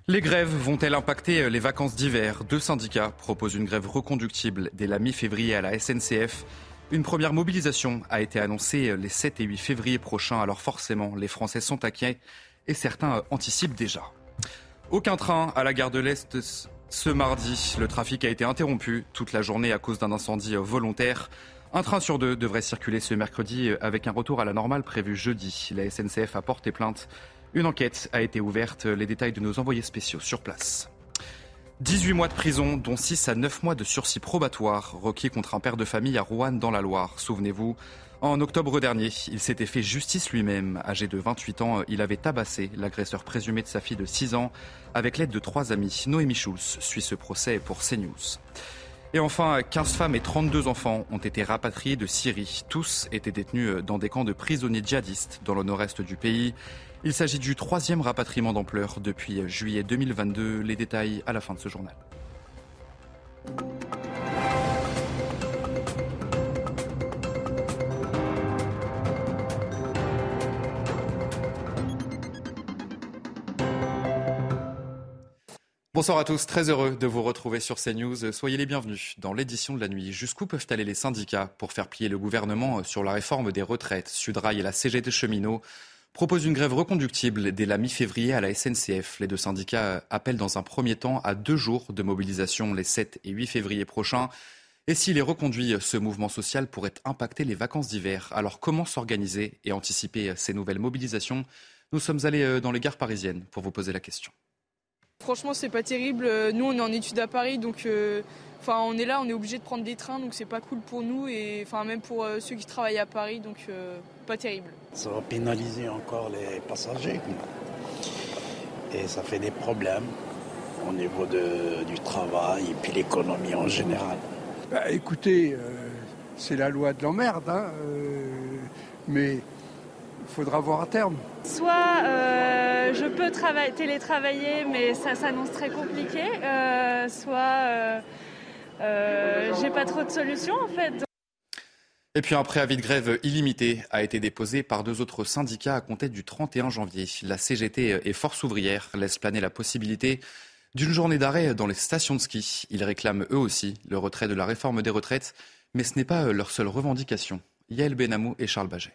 Les grèves vont-elles impacter les vacances d'hiver ? 2 syndicats proposent une grève reconductible dès la mi-février à la SNCF. Une première mobilisation a été annoncée les 7 et 8 février prochains. Alors forcément, les Français sont inquiets et certains anticipent déjà. Aucun train à la gare de l'Est ce mardi. Le trafic a été interrompu toute la journée à cause d'un incendie volontaire. Un train sur 2 devrait circuler ce mercredi avec un retour à la normale prévu jeudi. La SNCF a porté plainte. Une enquête a été ouverte. Les détails de nos envoyés spéciaux sur place. 18 mois de prison, dont 6 à 9 mois de sursis probatoire, requis contre un père de famille à Roanne dans la Loire. Souvenez-vous, en octobre dernier, il s'était fait justice lui-même. Âgé de 28 ans, il avait tabassé l'agresseur présumé de sa fille de 6 ans avec l'aide de 3 amis. Noémie Schulz suit ce procès pour CNews. Et enfin, 15 femmes et 32 enfants ont été rapatriés de Syrie. Tous étaient détenus dans des camps de prisonniers djihadistes dans le nord-est du pays. Il s'agit du 3e rapatriement d'ampleur depuis juillet 2022. Les détails à la fin de ce journal. Bonsoir à tous, très heureux de vous retrouver sur CNews. Soyez les bienvenus dans l'édition de la nuit. Jusqu'où peuvent aller les syndicats pour faire plier le gouvernement sur la réforme des retraites ? Sudrail et la CGT Cheminots proposent une grève reconductible dès la mi-février à la SNCF. Les 2 syndicats appellent dans un premier temps à 2 jours de mobilisation les 7 et 8 février prochains. Et s'il est reconduit, ce mouvement social pourrait impacter les vacances d'hiver. Alors comment s'organiser et anticiper ces nouvelles mobilisations ? Nous sommes allés dans les gares parisiennes pour vous poser la question. Franchement, c'est pas terrible. Nous, on est en études à Paris, donc on est là, on est obligé de prendre des trains, donc c'est pas cool pour nous et même pour ceux qui travaillent à Paris, donc pas terrible. Ça va pénaliser encore les passagers et ça fait des problèmes au niveau du travail et puis l'économie en général. Écoutez, c'est la loi de l'emmerde, mais il faudra voir à terme. Soit je peux télétravailler, mais ça s'annonce très compliqué, soit j'ai pas trop de solutions en fait. Et puis un préavis de grève illimité a été déposé par 2 autres syndicats à compter du 31 janvier. La CGT et Force ouvrière laissent planer la possibilité d'une journée d'arrêt dans les stations de ski. Ils réclament eux aussi le retrait de la réforme des retraites, mais ce n'est pas leur seule revendication. Yael Benamou et Charles Baget.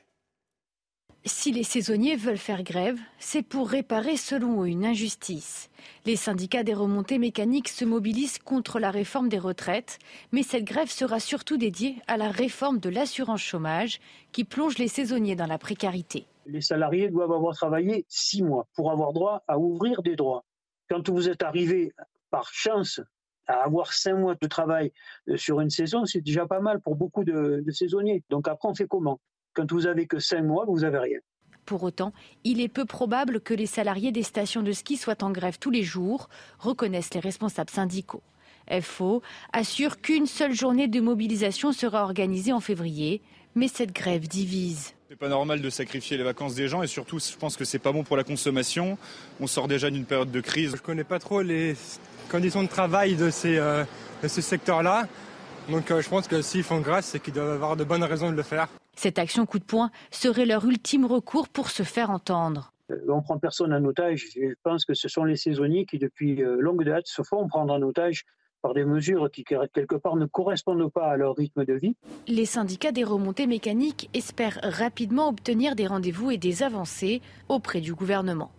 Si les saisonniers veulent faire grève, c'est pour réparer selon eux une injustice. Les syndicats des remontées mécaniques se mobilisent contre la réforme des retraites, mais cette grève sera surtout dédiée à la réforme de l'assurance chômage qui plonge les saisonniers dans la précarité. Les salariés doivent avoir travaillé 6 mois pour avoir droit à ouvrir des droits. Quand vous êtes arrivé par chance à avoir 5 mois de travail sur une saison, c'est déjà pas mal pour beaucoup de saisonniers. Donc après, on fait comment ? Quand vous avez que 5 mois, vous n'avez rien. Pour autant, il est peu probable que les salariés des stations de ski soient en grève tous les jours, reconnaissent les responsables syndicaux. FO assure qu'une seule journée de mobilisation sera organisée en février, mais cette grève divise. C'est pas normal de sacrifier les vacances des gens et surtout, je pense que c'est pas bon pour la consommation. On sort déjà d'une période de crise. Je connais pas trop les conditions de travail de ce secteur-là. Donc je pense que s'ils font grève, c'est qu'ils doivent avoir de bonnes raisons de le faire. Cette action coup de poing serait leur ultime recours pour se faire entendre. On ne prend personne en otage. Je pense que ce sont les saisonniers qui, depuis longue date, se font prendre en otage par des mesures qui, quelque part, ne correspondent pas à leur rythme de vie. Les syndicats des remontées mécaniques espèrent rapidement obtenir des rendez-vous et des avancées auprès du gouvernement.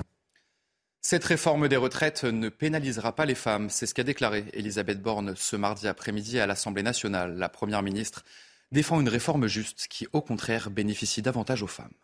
Cette réforme des retraites ne pénalisera pas les femmes. C'est ce qu'a déclaré Elisabeth Borne ce mardi après-midi à l'Assemblée nationale. La Première ministre défend une réforme juste qui, au contraire, bénéficie davantage aux femmes.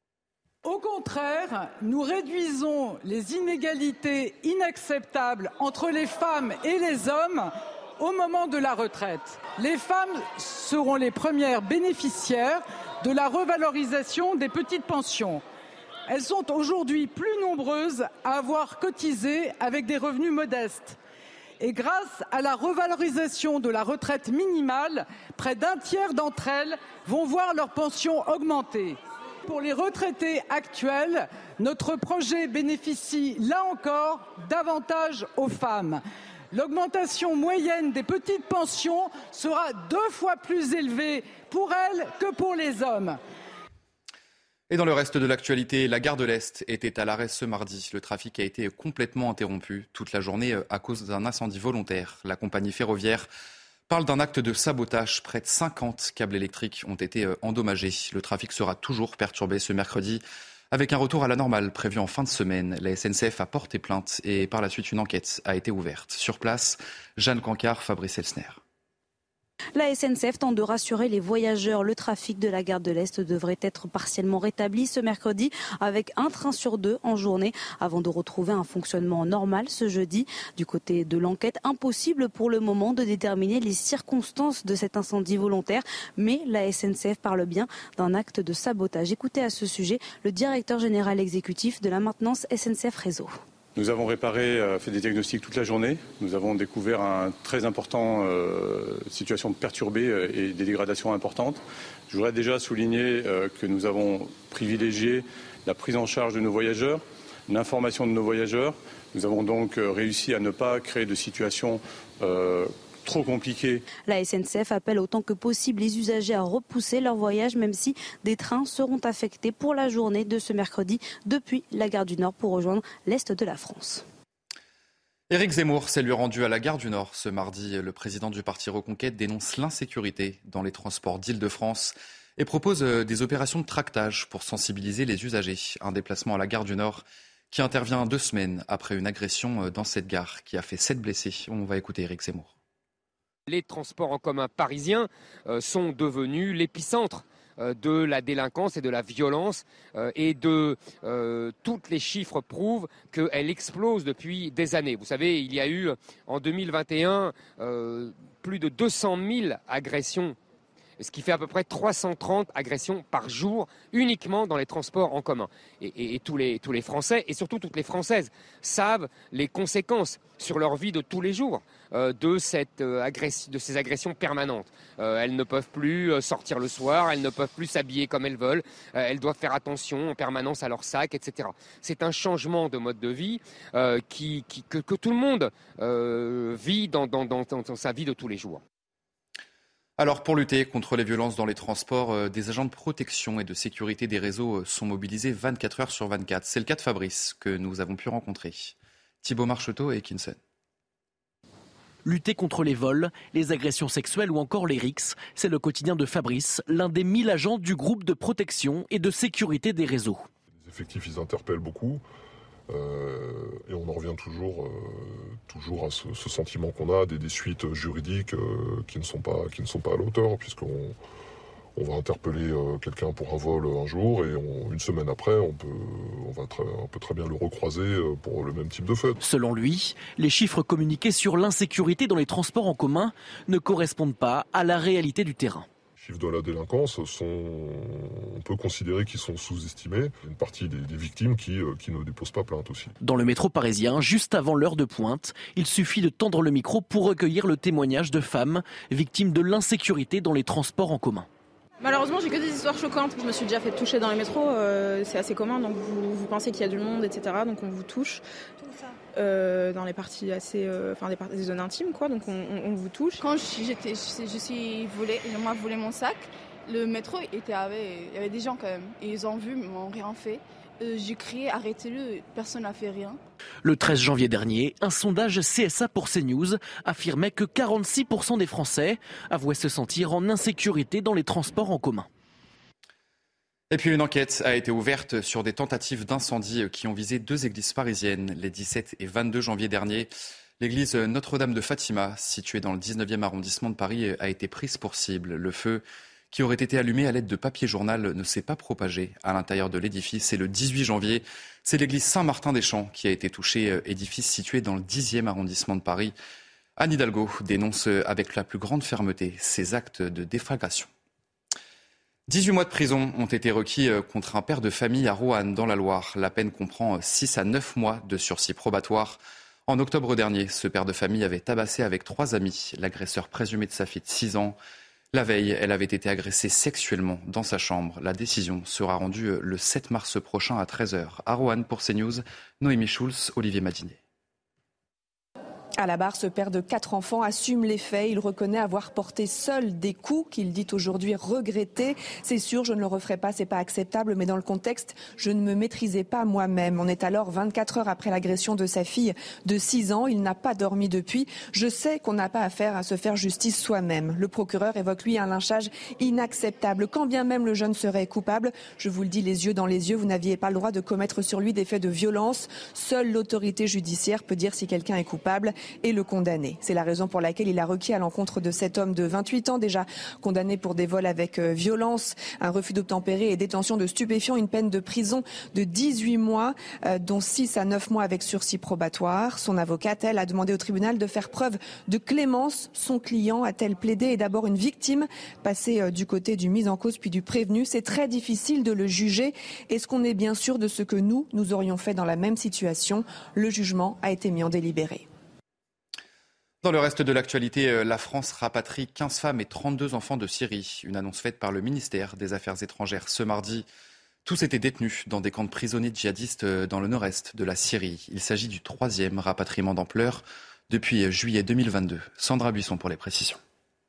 Au contraire, nous réduisons les inégalités inacceptables entre les femmes et les hommes au moment de la retraite. Les femmes seront les premières bénéficiaires de la revalorisation des petites pensions. Elles sont aujourd'hui plus nombreuses à avoir cotisé avec des revenus modestes. Et grâce à la revalorisation de la retraite minimale, près d'un tiers d'entre elles vont voir leur pension augmenter. Pour les retraités actuels, notre projet bénéficie, là encore, davantage aux femmes. L'augmentation moyenne des petites pensions sera 2 fois plus élevée pour elles que pour les hommes. Et dans le reste de l'actualité, la gare de l'Est était à l'arrêt ce mardi. Le trafic a été complètement interrompu toute la journée à cause d'un incendie volontaire. La compagnie ferroviaire parle d'un acte de sabotage. Près de 50 câbles électriques ont été endommagés. Le trafic sera toujours perturbé ce mercredi avec un retour à la normale prévu en fin de semaine. La SNCF a porté plainte et par la suite une enquête a été ouverte. Sur place, Jeanne Cancard, Fabrice Elsner. La SNCF tente de rassurer les voyageurs. Le trafic de la gare de l'Est devrait être partiellement rétabli ce mercredi avec un train sur 2 en journée avant de retrouver un fonctionnement normal ce jeudi. Du côté de l'enquête, impossible pour le moment de déterminer les circonstances de cet incendie volontaire, mais la SNCF parle bien d'un acte de sabotage. Écoutez à ce sujet le directeur général exécutif de la maintenance SNCF Réseau. Nous avons réparé, fait des diagnostics toute la journée. Nous avons découvert un très important situation perturbée et des dégradations importantes. Je voudrais déjà souligner que nous avons privilégié la prise en charge de nos voyageurs, l'information de nos voyageurs. Nous avons donc réussi à ne pas créer de situation trop compliqué. La SNCF appelle autant que possible les usagers à repousser leur voyage, même si des trains seront affectés pour la journée de ce mercredi depuis la gare du Nord pour rejoindre l'Est de la France. Éric Zemmour s'est lui rendu à la gare du Nord ce mardi. Le président du parti Reconquête dénonce l'insécurité dans les transports d'Île-de-France et propose des opérations de tractage pour sensibiliser les usagers. Un déplacement à la gare du Nord qui intervient 2 semaines après une agression dans cette gare qui a fait 7 blessés. On va écouter Éric Zemmour. Les transports en commun parisiens sont devenus l'épicentre de la délinquance et de la violence et tous les chiffres prouvent qu'elle explose depuis des années. Vous savez, il y a eu en 2021 plus de 200 000 agressions, ce qui fait à peu près 330 agressions par jour uniquement dans les transports en commun. Et tous les Français et surtout toutes les Françaises savent les conséquences sur leur vie de tous les jours de ces agressions permanentes. Elles ne peuvent plus sortir le soir, elles ne peuvent plus s'habiller comme elles veulent, elles doivent faire attention en permanence à leur sac, etc. C'est un changement de mode de vie que tout le monde vit dans sa vie de tous les jours. Alors pour lutter contre les violences dans les transports, des agents de protection et de sécurité des réseaux sont mobilisés 24 heures sur 24. C'est le cas de Fabrice que nous avons pu rencontrer. Thibaut Marcheteau et Kinson. Lutter contre les vols, les agressions sexuelles ou encore les rixes, c'est le quotidien de Fabrice, l'un des 1000 agents du groupe de protection et de sécurité des réseaux. Les effectifs, ils interpellent beaucoup. Et on en revient toujours à ce sentiment qu'on a des suites juridiques qui ne sont pas à la hauteur, puisqu'on va interpeller quelqu'un pour un vol un jour et une semaine après on peut très bien le recroiser pour le même type de fait. Selon lui, les chiffres communiqués sur l'insécurité dans les transports en commun ne correspondent pas à la réalité du terrain. Les chiffres de la délinquance on peut considérer qu'ils sont sous-estimés. Une partie des victimes qui ne déposent pas plainte aussi. Dans le métro parisien, juste avant l'heure de pointe, il suffit de tendre le micro pour recueillir le témoignage de femmes victimes de l'insécurité dans les transports en commun. Malheureusement, j'ai que des histoires choquantes. Je me suis déjà fait toucher dans les métros, c'est assez commun, donc vous pensez qu'il y a du monde, etc. Donc on vous touche. Dans les parties des zones intimes, quoi. Donc on vous touche. Quand moi volé mon sac, le métro il y avait des gens quand même. Et ils ont vu, mais ils m'ont rien fait. J'ai crié, arrêtez-le, personne n'a fait rien. Le 13 janvier dernier, un sondage CSA pour CNews affirmait que 46% des Français avouaient se sentir en insécurité dans les transports en commun. Et puis une enquête a été ouverte sur des tentatives d'incendie qui ont visé 2 églises parisiennes les 17 et 22 janvier dernier. L'église Notre-Dame de Fatima, située dans le 19e arrondissement de Paris, a été prise pour cible. Le feu, qui aurait été allumé à l'aide de papier journal, ne s'est pas propagé à l'intérieur de l'édifice. Et le 18 janvier, c'est l'église Saint-Martin-des-Champs qui a été touchée, édifice situé dans le 10e arrondissement de Paris. Anne Hidalgo dénonce avec la plus grande fermeté ces actes de déflagration. 18 mois de prison ont été requis contre un père de famille à Roanne, dans la Loire. La peine comprend 6 à 9 mois de sursis probatoire. En octobre dernier, ce père de famille avait tabassé avec 3 amis l'agresseur présumé de sa fille de 6 ans. La veille, elle avait été agressée sexuellement dans sa chambre. La décision sera rendue le 7 mars prochain à 13h. À Roanne pour CNews, Noémie Schulz, Olivier Madinet. À la barre, ce père de 4 enfants assume les faits. Il reconnaît avoir porté seul des coups qu'il dit aujourd'hui regretter. C'est sûr, je ne le referai pas, c'est pas acceptable, mais dans le contexte, je ne me maîtrisais pas moi-même. On est alors 24 heures après l'agression de sa fille de 6 ans. Il n'a pas dormi depuis. Je sais qu'on n'a pas affaire à se faire justice soi-même. Le procureur évoque, lui, un lynchage inacceptable. Quand bien même le jeune serait coupable, je vous le dis les yeux dans les yeux, vous n'aviez pas le droit de commettre sur lui des faits de violence. Seule l'autorité judiciaire peut dire si quelqu'un est coupable et le condamner. C'est la raison pour laquelle il a requis à l'encontre de cet homme de 28 ans, déjà condamné pour des vols avec violence, un refus d'obtempérer et détention de stupéfiants, une peine de prison de 18 mois, dont 6 à 9 mois avec sursis probatoire. Son avocate, elle, a demandé au tribunal de faire preuve de clémence. Son client, a-t-elle plaidé, est d'abord une victime, passée du côté du mis en cause puis du prévenu. C'est très difficile de le juger. Est-ce qu'on est bien sûr de ce que nous aurions fait dans la même situation? Le jugement a été mis en délibéré. Dans le reste de l'actualité, la France rapatrie 15 femmes et 32 enfants de Syrie. Une annonce faite par le ministère des Affaires étrangères ce mardi. Tous étaient détenus dans des camps de prisonniers djihadistes dans le nord-est de la Syrie. Il s'agit du 3e rapatriement d'ampleur depuis juillet 2022. Sandra Buisson pour les précisions.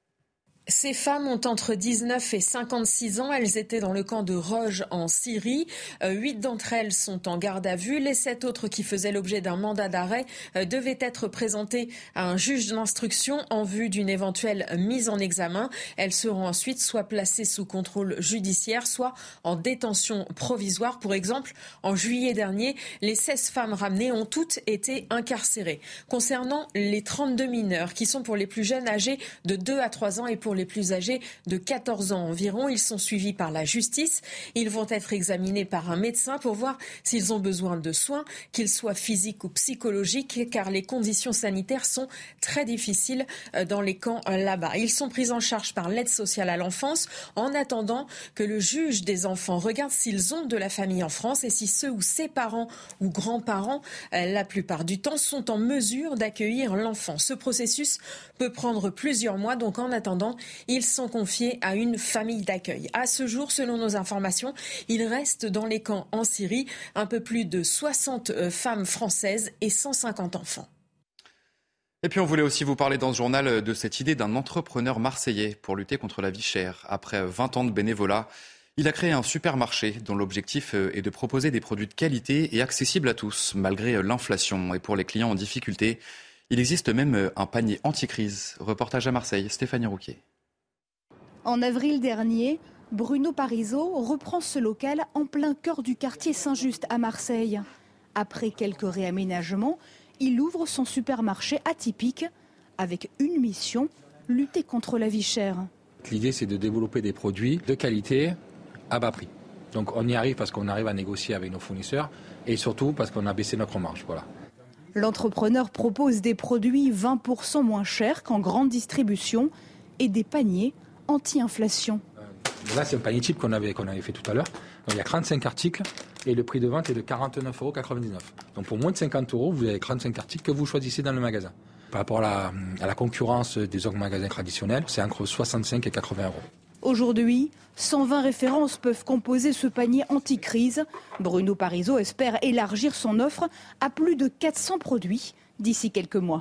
Ces femmes ont entre 19 et 56 ans. Elles étaient dans le camp de Roj en Syrie. 8 d'entre elles sont en garde à vue. Les 7 autres qui faisaient l'objet d'un mandat d'arrêt devaient être présentées à un juge d'instruction en vue d'une éventuelle mise en examen. Elles seront ensuite soit placées sous contrôle judiciaire, soit en détention provisoire. Pour exemple, en juillet dernier, les 16 femmes ramenées ont toutes été incarcérées. Concernant les 32 mineurs, qui sont pour les plus jeunes âgés de 2 à 3 ans et pour les plus âgés de 14 ans environ. Ils sont suivis par la justice. Ils vont être examinés par un médecin pour voir s'ils ont besoin de soins, qu'ils soient physiques ou psychologiques, car les conditions sanitaires sont très difficiles dans les camps là-bas. Ils sont pris en charge par l'aide sociale à l'enfance en attendant que le juge des enfants regarde s'ils ont de la famille en France et si ceux ou ses parents ou grands-parents, la plupart du temps, sont en mesure d'accueillir l'enfant. Ce processus peut prendre plusieurs mois, donc en attendant, ils sont confiés à une famille d'accueil. À ce jour, selon nos informations, il reste dans les camps en Syrie un peu plus de 60 femmes françaises et 150 enfants. Et puis on voulait aussi vous parler dans ce journal de cette idée d'un entrepreneur marseillais pour lutter contre la vie chère. Après 20 ans de bénévolat, il a créé un supermarché dont l'objectif est de proposer des produits de qualité et accessibles à tous, malgré l'inflation. Et pour les clients en difficulté, il existe même un panier anti-crise. Reportage à Marseille, Stéphanie Rouquier. En avril dernier, Bruno Parisot reprend ce local en plein cœur du quartier Saint-Just à Marseille. Après quelques réaménagements, il ouvre son supermarché atypique avec une mission, lutter contre la vie chère. L'idée, c'est de développer des produits de qualité à bas prix. Donc on y arrive parce qu'on arrive à négocier avec nos fournisseurs et surtout parce qu'on a baissé notre marge. Voilà. L'entrepreneur propose des produits 20% moins chers qu'en grande distribution et des paniers anti-inflation. Là, c'est un panier type qu'on avait fait tout à l'heure. Donc, il y a 35 articles et le prix de vente est de 49,99 €. Donc pour moins de 50 €, vous avez 35 articles que vous choisissez dans le magasin. Par rapport à la concurrence des autres magasins traditionnels, c'est entre 65 et 80 €. Aujourd'hui, 120 références peuvent composer ce panier anti-crise. Bruno Parisot espère élargir son offre à plus de 400 produits d'ici quelques mois.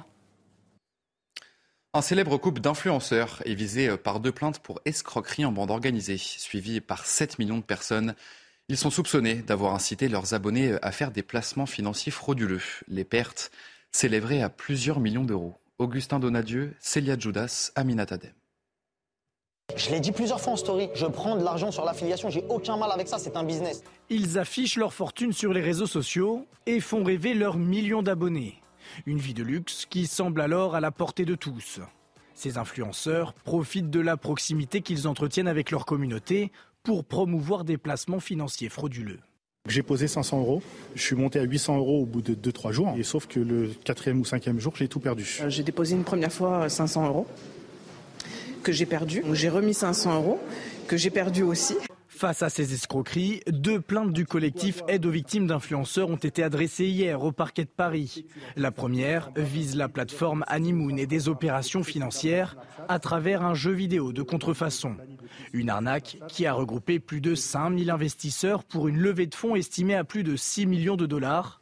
Un célèbre couple d'influenceurs est visé par 2 plaintes pour escroquerie en bande organisée, suivi par 7 millions de personnes. Ils sont soupçonnés d'avoir incité leurs abonnés à faire des placements financiers frauduleux. Les pertes s'élèveraient à plusieurs millions d'euros. Augustin Donadieu, Célia Judas, Aminata Adem. Je l'ai dit plusieurs fois en story, je prends de l'argent sur l'affiliation, j'ai aucun mal avec ça, c'est un business. Ils affichent leur fortune sur les réseaux sociaux et font rêver leurs millions d'abonnés. Une vie de luxe qui semble alors à la portée de tous. Ces influenceurs profitent de la proximité qu'ils entretiennent avec leur communauté pour promouvoir des placements financiers frauduleux. J'ai posé 500 €, je suis monté à 800 € au bout de 2-3 jours, et sauf que le 4e ou 5e jour, j'ai tout perdu. J'ai déposé une première fois 500 € que j'ai perdu. J'ai remis 500 € que j'ai perdu aussi. Face à ces escroqueries, 2 plaintes du collectif Aide aux victimes d'influenceurs ont été adressées hier au parquet de Paris. La première vise la plateforme Honeymoon et des opérations financières à travers un jeu vidéo de contrefaçon. Une arnaque qui a regroupé plus de 5000 investisseurs pour une levée de fonds estimée à plus de 6 millions de $.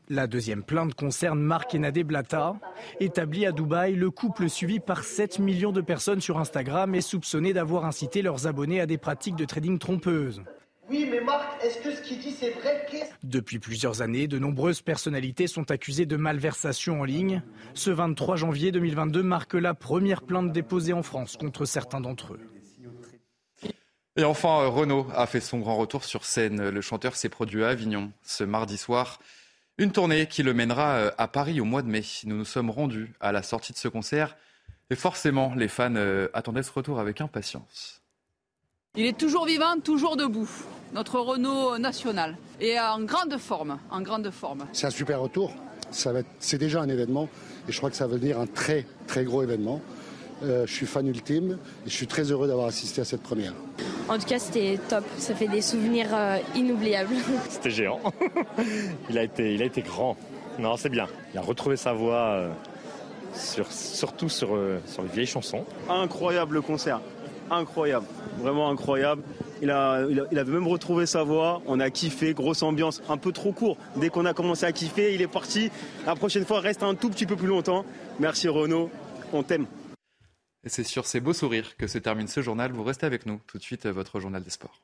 La deuxième plainte concerne Marc et Nadé Blata. Établi à Dubaï, le couple suivi par 7 millions de personnes sur Instagram est soupçonné d'avoir incité leurs abonnés à des pratiques de trading trompeuses. Oui, mais Marc, est-ce que ce qu'il dit c'est vrai? Depuis plusieurs années, de nombreuses personnalités sont accusées de malversation en ligne. Ce 23 janvier 2022 marque la première plainte déposée en France contre certains d'entre eux. Et enfin, Renaud a fait son grand retour sur scène. Le chanteur s'est produit à Avignon ce mardi soir. Une tournée qui le mènera à Paris au mois de mai. Nous nous sommes rendus à la sortie de ce concert. Et forcément, les fans attendaient ce retour avec impatience. Il est toujours vivant, toujours debout. Notre Renaud national. Et en grande forme. C'est un super retour. C'est déjà un événement. Et je crois que ça va devenir un très, très gros événement. Je suis fan ultime et je suis très heureux d'avoir assisté à cette première. En tout cas, c'était top. Ça fait des souvenirs inoubliables. C'était géant. Il a été grand. Non, c'est bien. Il a retrouvé sa voix, surtout sur les vieilles chansons. Incroyable concert. Incroyable. Vraiment incroyable. Il avait même retrouvé sa voix. On a kiffé. Grosse ambiance. Un peu trop court. Dès qu'on a commencé à kiffer, il est parti. La prochaine fois, reste un tout petit peu plus longtemps. Merci Renaud. On t'aime. Et c'est sur ces beaux sourires que se termine ce journal. Vous restez avec nous. Tout de suite, votre journal des sports.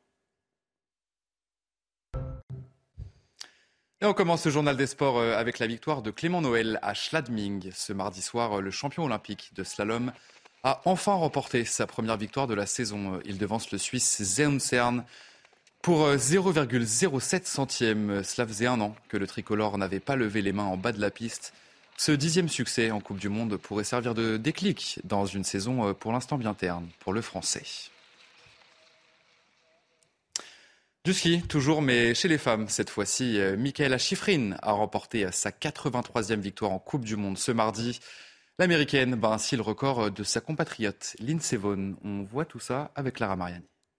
Et on commence ce journal des sports avec la victoire de Clément Noël à Schladming. Ce mardi soir, le champion olympique de slalom a enfin remporté sa première victoire de la saison. Il devance le Suisse Zeuncern pour 0,07 centième. Cela faisait un an que le tricolore n'avait pas levé les mains en bas de la piste. Ce 10e succès en Coupe du Monde pourrait servir de déclic dans une saison pour l'instant bien terne pour le Français. Du ski, toujours, mais chez les femmes cette fois-ci. Mikaela Shiffrin a remporté sa 83e victoire en Coupe du Monde ce mardi. L'Américaine bat ainsi le record de sa compatriote Lindsey Vonn. On voit tout ça avec Lara Mariani.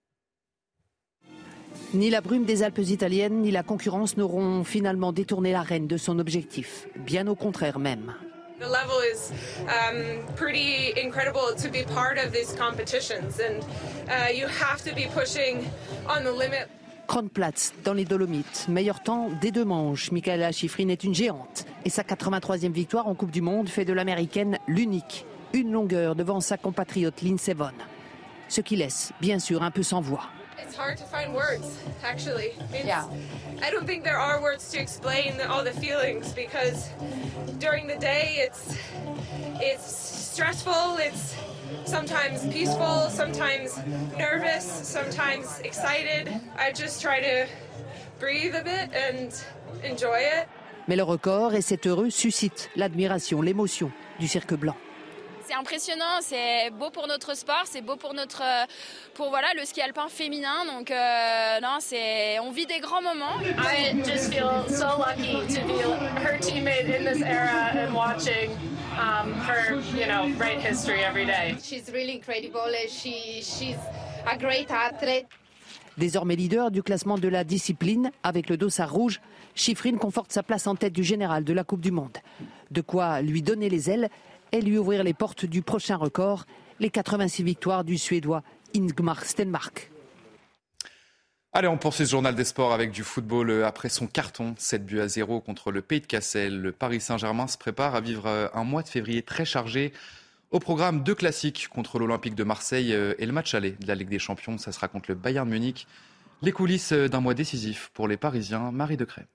Ni la brume des Alpes italiennes, ni la concurrence n'auront finalement détourné la reine de son objectif. Bien au contraire même. The level is pretty incredible to be part of these competitions and you have to be pushing on the limit. Kronplatz, dans les Dolomites. Meilleur temps des deux manches. Mikaela Shiffrin est une géante. Et sa 83e victoire en Coupe du Monde fait de l'Américaine l'unique. Une longueur devant sa compatriote Lindsey Vonn. Ce qui laisse, bien sûr, un peu sans voix. It's hard to find words, actually. I don't think there are words to explain all the feelings because during the day it's stressful, it's sometimes peaceful, sometimes nervous, sometimes excited. I just try to breathe a bit and enjoy it. Mais le record et cet heureux suscite l'admiration, l'émotion du cirque blanc. C'est impressionnant, c'est beau pour notre sport, c'est beau pour voilà, le ski alpin féminin. Donc on vit des grands moments. I just feel so lucky to be her teammate in this era and watching her, write history every day. She's really incredible. She's a great athlete. Désormais leader du classement de la discipline, avec le dossard rouge, Shiffrin conforte sa place en tête du général de la Coupe du Monde. De quoi lui donner les ailes et lui ouvrir les portes du prochain record, les 86 victoires du Suédois Ingmar Stenmark. Allez, on poursuit ce journal des sports avec du football. Après son carton, 7-0 contre le Pays de Cassel, le Paris Saint-Germain se prépare à vivre un mois de février très chargé. Au programme, 2 classiques contre l'Olympique de Marseille et le match aller de la Ligue des Champions. Ça sera contre le Bayern Munich. Les coulisses d'un mois décisif pour les Parisiens. Marie Decré.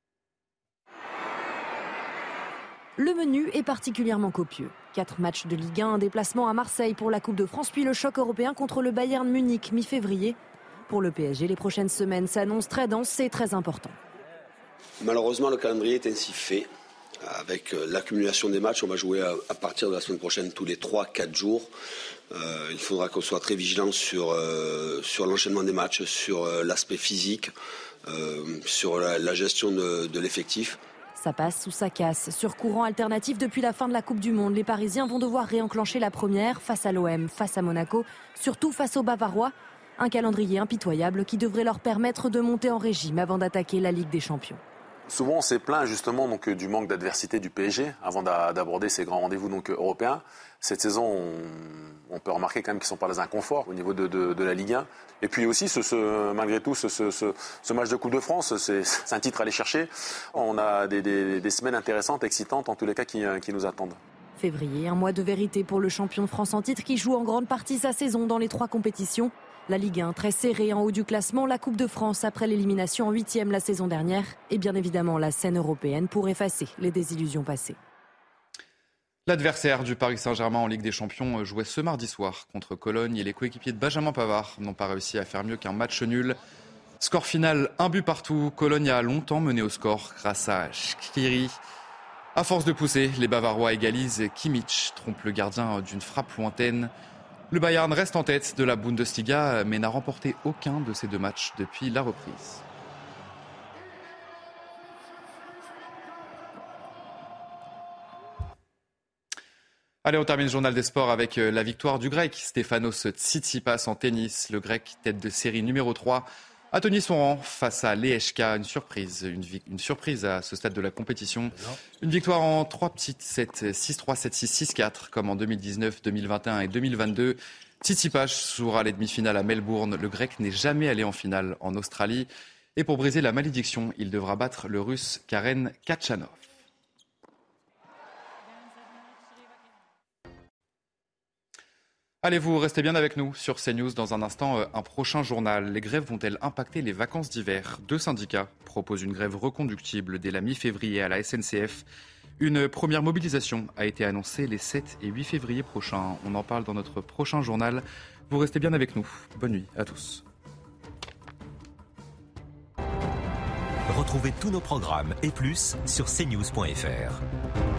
Le menu est particulièrement copieux. 4 matchs de Ligue 1, un déplacement à Marseille pour la Coupe de France, puis le choc européen contre le Bayern Munich mi-février. Pour le PSG, les prochaines semaines s'annoncent très denses et très importantes. Malheureusement, le calendrier est ainsi fait. Avec l'accumulation des matchs, on va jouer à partir de la semaine prochaine tous les 3-4 jours. Il faudra qu'on soit très vigilant sur l'enchaînement des matchs, sur l'aspect physique, sur la gestion de l'effectif. Ça passe ou ça casse. Sur courant alternatif depuis la fin de la Coupe du Monde, les Parisiens vont devoir réenclencher la première face à l'OM, face à Monaco, surtout face aux Bavarois. Un calendrier impitoyable qui devrait leur permettre de monter en régime avant d'attaquer la Ligue des Champions. Souvent, on s'est plaint justement donc, du manque d'adversité du PSG avant d'aborder ces grands rendez-vous donc, européens. Cette saison, on peut remarquer quand même qu'ils ne sont pas dans un confort au niveau de la Ligue 1. Et puis aussi, malgré tout, ce match de Coupe de France, c'est un titre à aller chercher. On a des semaines intéressantes, excitantes en tous les cas qui nous attendent. Février, un mois de vérité pour le champion de France en titre qui joue en grande partie sa saison dans les 3 compétitions. La Ligue 1 très serrée en haut du classement, la Coupe de France après l'élimination en 8e la saison dernière et bien évidemment la scène européenne pour effacer les désillusions passées. L'adversaire du Paris Saint-Germain en Ligue des Champions jouait ce mardi soir contre Cologne et les coéquipiers de Benjamin Pavard n'ont pas réussi à faire mieux qu'un match nul. Score final, 1 but partout. Cologne a longtemps mené au score grâce à Shqiri. À force de pousser, les Bavarois égalisent. Kimmich trompe le gardien d'une frappe lointaine. Le Bayern reste en tête de la Bundesliga, mais n'a remporté aucun de ces 2 matchs depuis la reprise. Allez, on termine le journal des sports avec la victoire du Grec Stefanos Tsitsipas en tennis. Le Grec, tête de série numéro 3, a tenu son rang face à Lehečka. Une surprise à ce stade de la compétition. Une victoire en 3 petites sets, 6-3, 7-6, 6-4, comme en 2019, 2021 et 2022. Tsitsipas jouera les demi-finales à Melbourne. Le Grec n'est jamais allé en finale en Australie. Et pour briser la malédiction, il devra battre le Russe Karen Khachanov. Allez, vous restez bien avec nous sur CNews. Dans un instant, un prochain journal. Les grèves vont-elles impacter les vacances d'hiver ? 2 syndicats proposent une grève reconductible dès la mi-février à la SNCF. Une première mobilisation a été annoncée les 7 et 8 février prochains. On en parle dans notre prochain journal. Vous restez bien avec nous. Bonne nuit à tous. Retrouvez tous nos programmes et plus sur cnews.fr.